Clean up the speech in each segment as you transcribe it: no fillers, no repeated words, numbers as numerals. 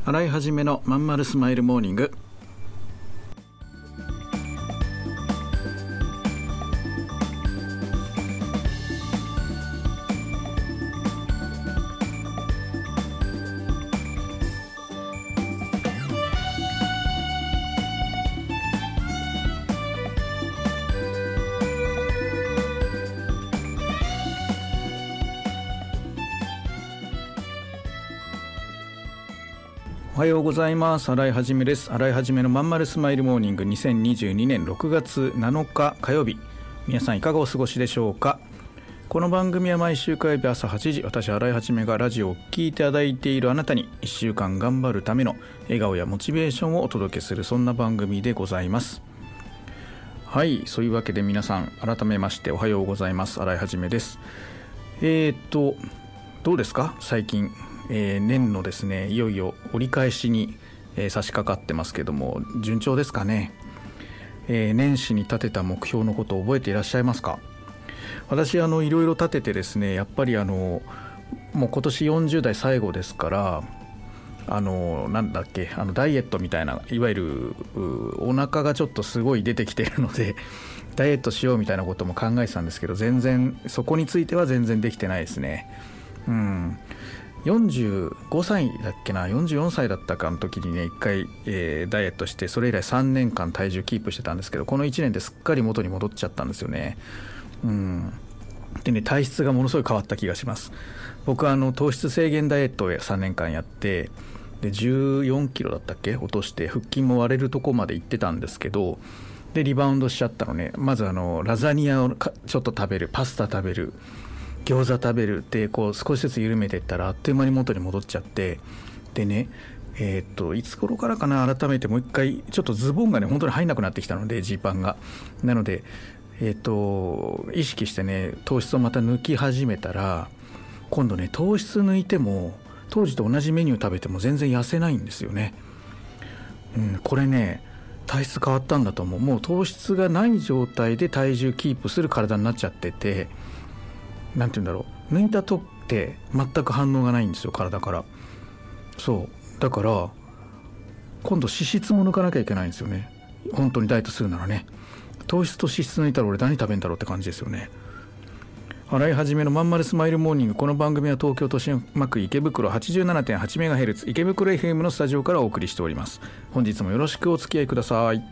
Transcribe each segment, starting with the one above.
洗い始めのまんまるスマイルモーニング。おはようございます。洗いはじめです。洗いはじめのまんまるスマイルモーニング、2022年6月7日火曜日、皆さんいかがお過ごしでしょうか。この番組は毎週火曜日朝8時、私洗いはじめがラジオを聴いていただいているあなたに1週間頑張るための笑顔やモチベーションをお届けする、そんな番組でございます。はい、そういうわけで皆さん改めましておはようございます。洗いはじめです。どうですか最近。年のですね、いよいよ折り返しに、差し掛かってますけども、順調ですかね。年始に立てた目標のことを覚えていらっしゃいますか。私いろいろ立ててですね、やっぱりもう今年40代最後ですから、なんだっけ、ダイエットみたいな、いわゆるお腹がちょっとすごい出てきてるのでダイエットしようみたいなことも考えてたんですけど、全然そこについては全然できてないですね。45歳だっけな、44歳だったかの時にね、1回、ダイエットして、それ以来3年間体重キープしてたんですけど、この1年ですっかり元に戻っちゃったんですよね。でね、体質がものすごい変わった気がします。僕は糖質制限ダイエットを3年間やって、で14キロだったっけ落として、腹筋も割れるとこまで行ってたんですけど、でリバウンドしちゃったのね。まずラザニアをちょっと食べる、パスタ食べる、餃子食べるってこう少しずつ緩めていったら、あっという間に元に戻っちゃって、でね、いつ頃からかな、改めてもう一回ちょっとズボンがね本当に入んなくなってきたので、ジーパンが。なので意識してね、糖質をまた抜き始めたら、今度ね、糖質抜いても当時と同じメニュー食べても全然痩せないんですよね。これね、体質変わったんだと思う。もう糖質がない状態で体重キープする体になっちゃってて、なんて言うんだろう、抜いたとって全く反応がないんですよ、体から。そうだから今度脂質も抜かなきゃいけないんですよね、本当にダイエットするならね。糖質と脂質抜いたら俺何食べんだろうって感じですよね。洗い始めのまんまるスマイルモーニング。この番組は東京都心区池袋 87.8MHz 池袋 FM のスタジオからお送りしております。本日もよろしくお付き合いください。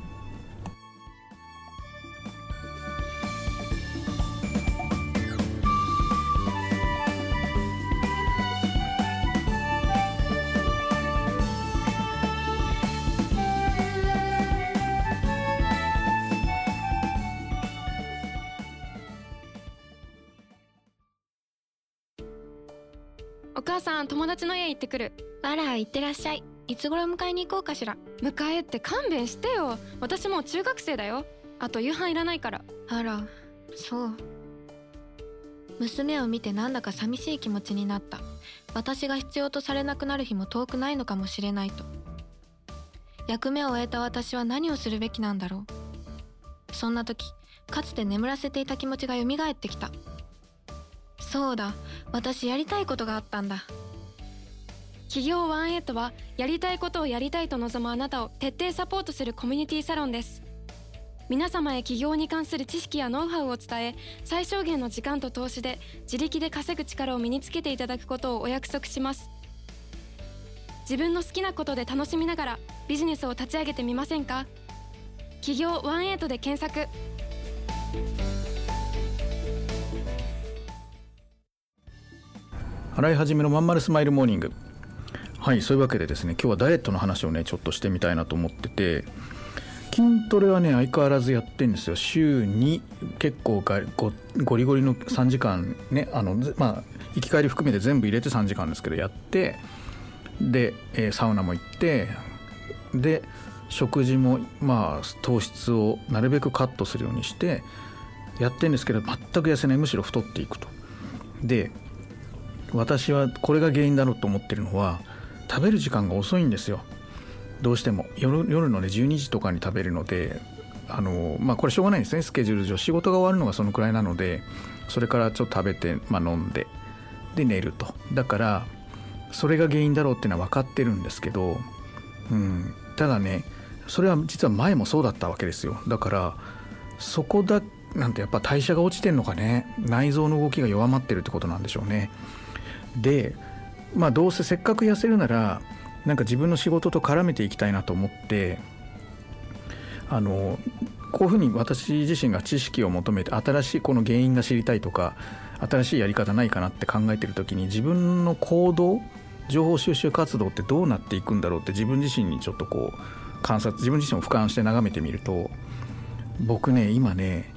お母さん、友達の家行ってくる。 あら、行ってらっしゃい。いつ頃迎えに行こうかしら。 迎えって勘弁してよ。私もう中学生だよ。あと夕飯いらないから。 あら、そう。娘を見てなんだか寂しい気持ちになった。私が必要とされなくなる日も遠くないのかもしれないと。役目を終えた私は何をするべきなんだろう。そんな時、かつて眠らせていた気持ちが蘇ってきた。そうだ、私やりたいことがあったんだ。 企業18は、やりたいことをやりたいと望むあなたを徹底サポートするコミュニティサロンです。皆様へ起業に関する知識やノウハウを伝え、最小限の時間と投資で自力で稼ぐ力を身につけていただくことをお約束します。自分の好きなことで楽しみながらビジネスを立ち上げてみませんか。起業18で検索。 洗い始めのまんまるスマイルモーニング。はい、そういうわけでですね、今日はダイエットの話をねちょっとしてみたいなと思ってて、筋トレはね相変わらずやってんですよ。週に結構ゴリゴリの3時間ね、行き帰り含めて全部入れて3時間ですけどやって、で、サウナも行って、で食事も糖質をなるべくカットするようにしてやってんですけど、全く痩せない、むしろ太っていくと。で、私はこれが原因だろうと思ってるのは、食べる時間が遅いんですよ。どうしても夜のね12時とかに食べるので、これしょうがないんですね。スケジュール上仕事が終わるのがそのくらいなので、それからちょっと食べて、飲んで、で寝ると。だからそれが原因だろうっていうのは分かってるんですけど、ただねそれは実は前もそうだったわけですよ。だからそこだなんてやっぱ代謝が落ちてんのかね、内臓の動きが弱まってるってことなんでしょうね。でどうせせっかく痩せるならなんか自分の仕事と絡めていきたいなと思って、こういうふうに私自身が知識を求めて新しいこの原因が知りたいとか新しいやり方ないかなって考えてる時に、自分の行動情報収集活動ってどうなっていくんだろうって自分自身にちょっとこう観察、自分自身を俯瞰して眺めてみると、僕ね今ね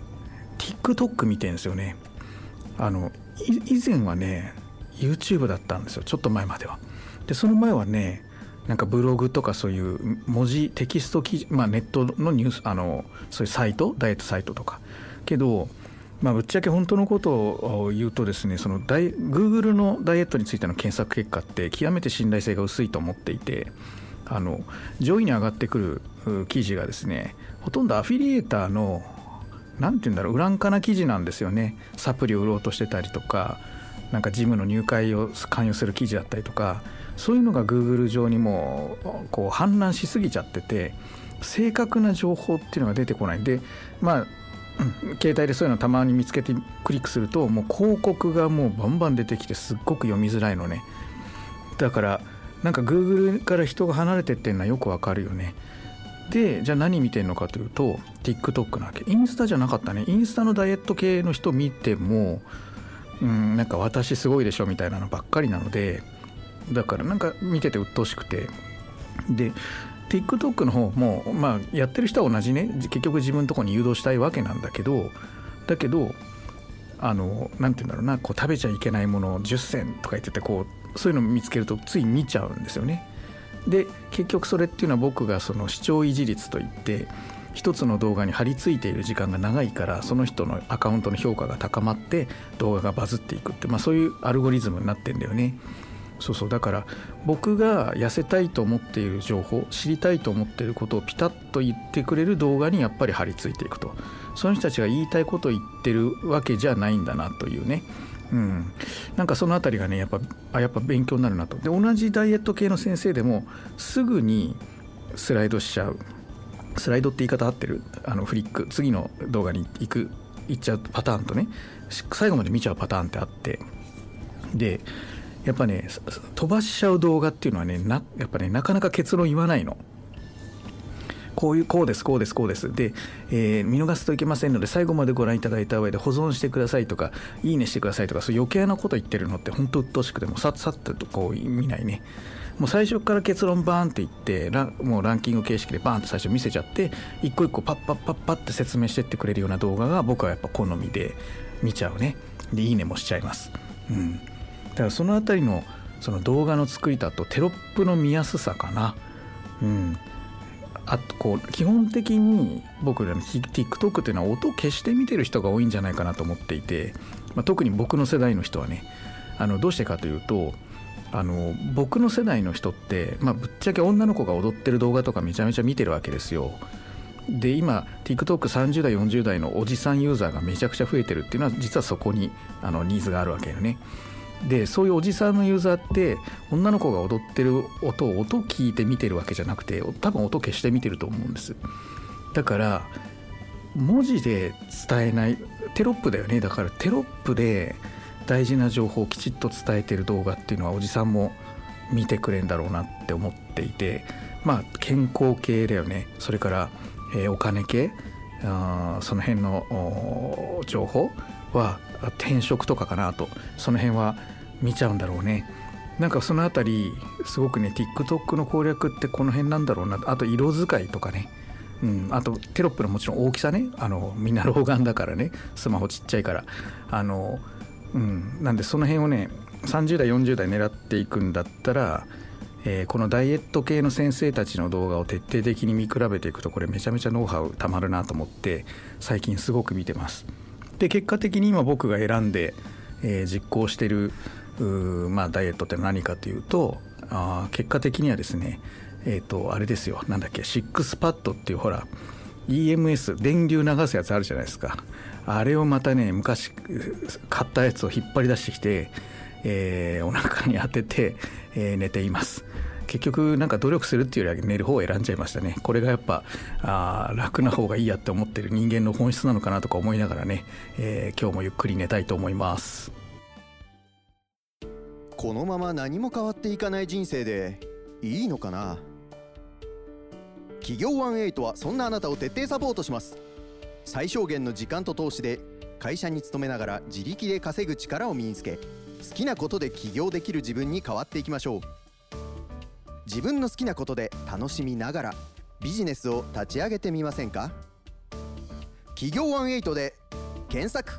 TikTok 見てるんですよね。以前はね YouTube だったんですよ、ちょっと前までは。でその前はねなんかブログとかそういう文字テキスト記事、ネットのニュースそういうサイトダイエットサイトとかけど、ぶっちゃけ本当のことを言うとですね、そのGoogle のダイエットについての検索結果って極めて信頼性が薄いと思っていて、上位に上がってくる記事がですねほとんどアフィリエーターのなんていうんだろう、ウランカな記事なんですよね。サプリを売ろうとしてたりとか、なんかジムの入会を勧誘する記事だったりとか、そういうのが Google 上にもこう氾濫しすぎちゃってて、正確な情報っていうのが出てこないで、携帯でそういうのたまに見つけてクリックするともう広告がもうバンバン出てきてすっごく読みづらいのね。だからなんか Google から人が離れてってんのはよくわかるよね。でじゃあ何見てんのかというと TikTok なわけ。インスタじゃなかったね。インスタのダイエット系の人見てもなんか私すごいでしょみたいなのばっかりなので、だからなんか見てて鬱陶しくて、で TikTok の方もやってる人は同じね、結局自分のところに誘導したいわけなんだけど、なんていうんだろうな、こう食べちゃいけないものを10選とか言ってて、こうそういうのを見つけるとつい見ちゃうんですよね。で結局それっていうのは僕がその視聴維持率といって、一つの動画に張り付いている時間が長いからその人のアカウントの評価が高まって動画がバズっていくって、そういうアルゴリズムになってんだよね。そうだから僕が痩せたいと思っている情報、知りたいと思っていることをピタッと言ってくれる動画にやっぱり張り付いていくと、その人たちが言いたいことを言ってるわけじゃないんだなというね、なんかそのあたりがねやっぱ勉強になるなと。で同じダイエット系の先生でもすぐにスライドしちゃう、スライドって言い方合ってる、フリック、次の動画に行っちゃうパターンとね、最後まで見ちゃうパターンってあって、でやっぱね飛ばしちゃう動画っていうのはねやっぱねなかなか結論言わないの。こうですで、見逃すといけませんので最後までご覧いただいた上で保存してくださいとかいいねしてくださいとか、そういう余計なこと言ってるのって本当鬱陶しくて、もさっとこう見ないね。もう最初から結論バーンって言ってもうランキング形式でバーンって最初見せちゃって一個一個パッって説明してってくれるような動画が僕はやっぱ好みで見ちゃうね。でいいねもしちゃいます。だからそのあたりのその動画の作りだとテロップの見やすさかな。あとこう基本的に僕らの TikTok っていうのは音消して見てる人が多いんじゃないかなと思っていて、特に僕の世代の人はね、どうしてかというと僕の世代の人って、ぶっちゃけ女の子が踊ってる動画とかめちゃめちゃ見てるわけですよ。で今 TikTok30 代40代のおじさんユーザーがめちゃくちゃ増えてるっていうのは実はそこにニーズがあるわけよね。でそういうおじさんのユーザーって女の子が踊ってる音聞いて見てるわけじゃなくて、多分音消して見てると思うんです。だから文字で伝えない、テロップだよね。だからテロップで大事な情報をきちっと伝えてる動画っていうのはおじさんも見てくれんだろうなって思っていて、健康系だよね。それから、お金系、その辺の情報は転職とかかなと、その辺は見ちゃうんだろうね。なんかそのあたりすごくね TikTok の攻略ってこの辺なんだろうな。あと色使いとかね、あとテロップのもちろん大きさね、みんな老眼だからね、スマホちっちゃいからなんでその辺をね30代40代狙っていくんだったら、このダイエット系の先生たちの動画を徹底的に見比べていくと、これめちゃめちゃノウハウたまるなと思って最近すごく見てます。で結果的に今僕が選んで、実行しているダイエットって何かというと、結果的にはですねあれですよ、なんだっけ、シックスパッドっていうほら EMS 電流流すやつあるじゃないですか。あれをまたね昔買ったやつを引っ張り出してきて、 お腹に当てて、寝ています。結局なんか努力するっていうよりは寝る方を選んじゃいましたね。これがやっぱ楽な方がいいやって思ってる人間の本質なのかなとか思いながらね、今日もゆっくり寝たいと思います。 このまま何も変わっていかない人生でいいのかな。企業18はそんなあなたを徹底サポートします。最小限の時間と投資で会社に勤めながら自力で稼ぐ力を身につけ、好きなことで起業できる自分に変わっていきましょう。自分の好きなことで楽しみながらビジネスを立ち上げてみませんか。企業18で検索。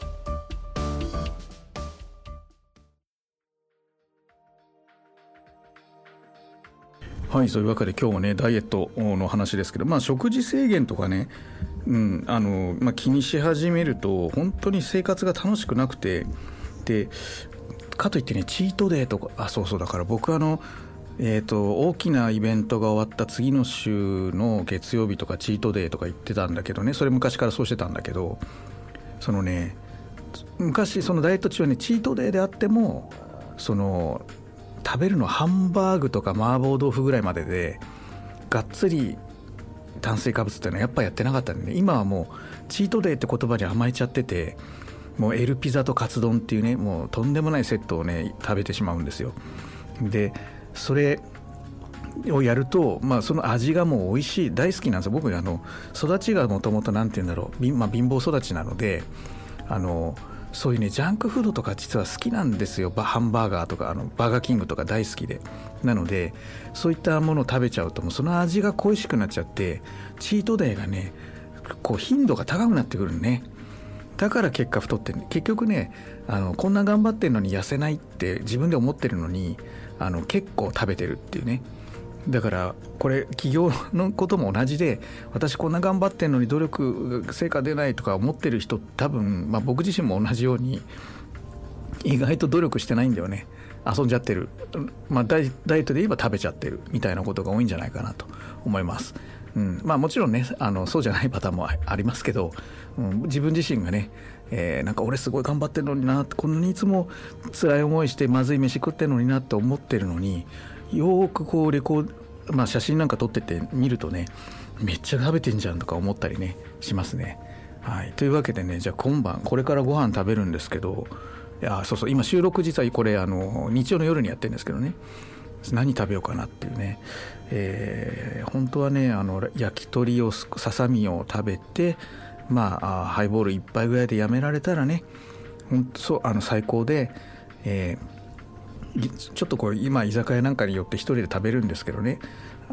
はい、そういうわけで今日はねダイエットの話ですけど、食事制限とかね、気にし始めると本当に生活が楽しくなくて、でかといってねチートデーとかそうだから僕大きなイベントが終わった次の週の月曜日とかチートデーとか言ってたんだけどね、それ昔からそうしてたんだけど、昔そのダイエット中はねチートデーであっても食べるのハンバーグとか麻婆豆腐ぐらいまででがっつり炭水化物っていうのはやっぱやってなかったんでね、今はもうチートデーって言葉に甘えちゃってて、もうエルピザとカツ丼っていうねもうとんでもないセットをね食べてしまうんですよ。でそれをやると、その味がもう美味しい、大好きなんですよ。僕育ちがもともとなんて言うんだろう、貧乏育ちなのでそういうねジャンクフードとか実は好きなんですよ。ハンバーガーとかバーガーキングとか大好きで、なのでそういったものを食べちゃうともうその味が恋しくなっちゃって、チートデーがねこう頻度が高くなってくるね。だから結果太ってる、結局ねこんな頑張ってるのに痩せないって自分で思ってるのに結構食べてるっていうね。だからこれ企業のことも同じで、私こんな頑張ってんのに努力成果出ないとか思ってる人多分、僕自身も同じように意外と努力してないんだよね。遊んじゃってる、ダイエットで言えば食べちゃってるみたいなことが多いんじゃないかなと思います。もちろんねそうじゃないパターンもありますけど、自分自身がね、なんか俺すごい頑張ってるのにな、こんなにいつも辛い思いしてまずい飯食ってるのになって思ってるのに、よーくこう写真なんか撮ってて見るとねめっちゃ食べてんじゃんとか思ったりねしますね。はい、というわけでね、じゃあ今晩これからご飯食べるんですけど、今収録実はこれ日曜の夜にやってるんですけどね、何食べようかなっていうね、本当はね焼き鳥をささみを食べてハイボール1杯ぐらいでやめられたらね本当最高で、ちょっと今居酒屋なんかによって一人で食べるんですけどね、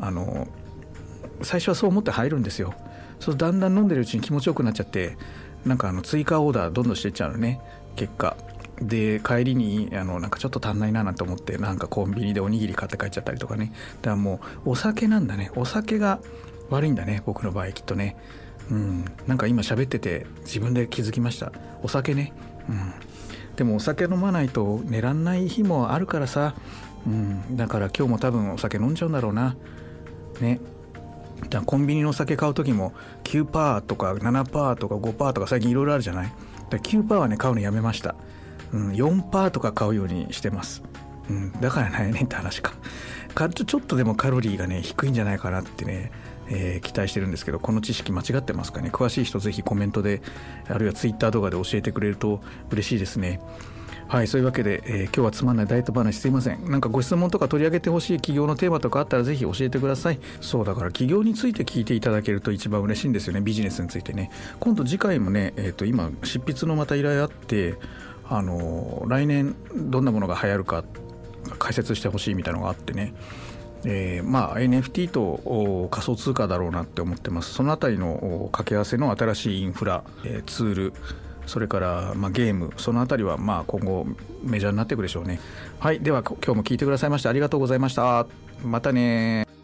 最初はそう思って入るんですよ。そうだんだん飲んでるうちに気持ちよくなっちゃって、なんか追加オーダーどんどんしていっちゃうのね。結果で帰りになんかちょっと足んないななんて思ってなんかコンビニでおにぎり買って帰っちゃったりとかね。だからもうお酒なんだね、お酒が悪いんだね僕の場合きっとね。なんか今喋ってて自分で気づきました。お酒ね、でもお酒飲まないと寝らんない日もあるからさ、だから今日も多分お酒飲んじゃうんだろうなね。だからコンビニのお酒買う時も 9% とか 7% とか 5% とか最近いろいろあるじゃない。だから 9% はね買うのやめました。4% とか買うようにしてます。だからなんやねんって話か。ちょっとでもカロリーがね低いんじゃないかなってね、期待してるんですけど、この知識間違ってますかね。詳しい人ぜひコメントであるいはツイッター動画で教えてくれると嬉しいですね。はい、そういうわけで、今日はつまんないダイエット話すいません。なんかご質問とか取り上げてほしい企業のテーマとかあったらぜひ教えてください。そうだから企業について聞いていただけると一番嬉しいんですよね。ビジネスについてね。今度次回もね、今執筆のまた依頼あって来年どんなものが流行るか解説してほしいみたいなのがあってね、NFT と仮想通貨だろうなって思ってます。そのあたりの掛け合わせの新しいインフラ、ツール、それからゲーム、そのあたりは今後メジャーになっていくでしょうね。はい、では今日も聞いてくださいましてありがとうございました。またね。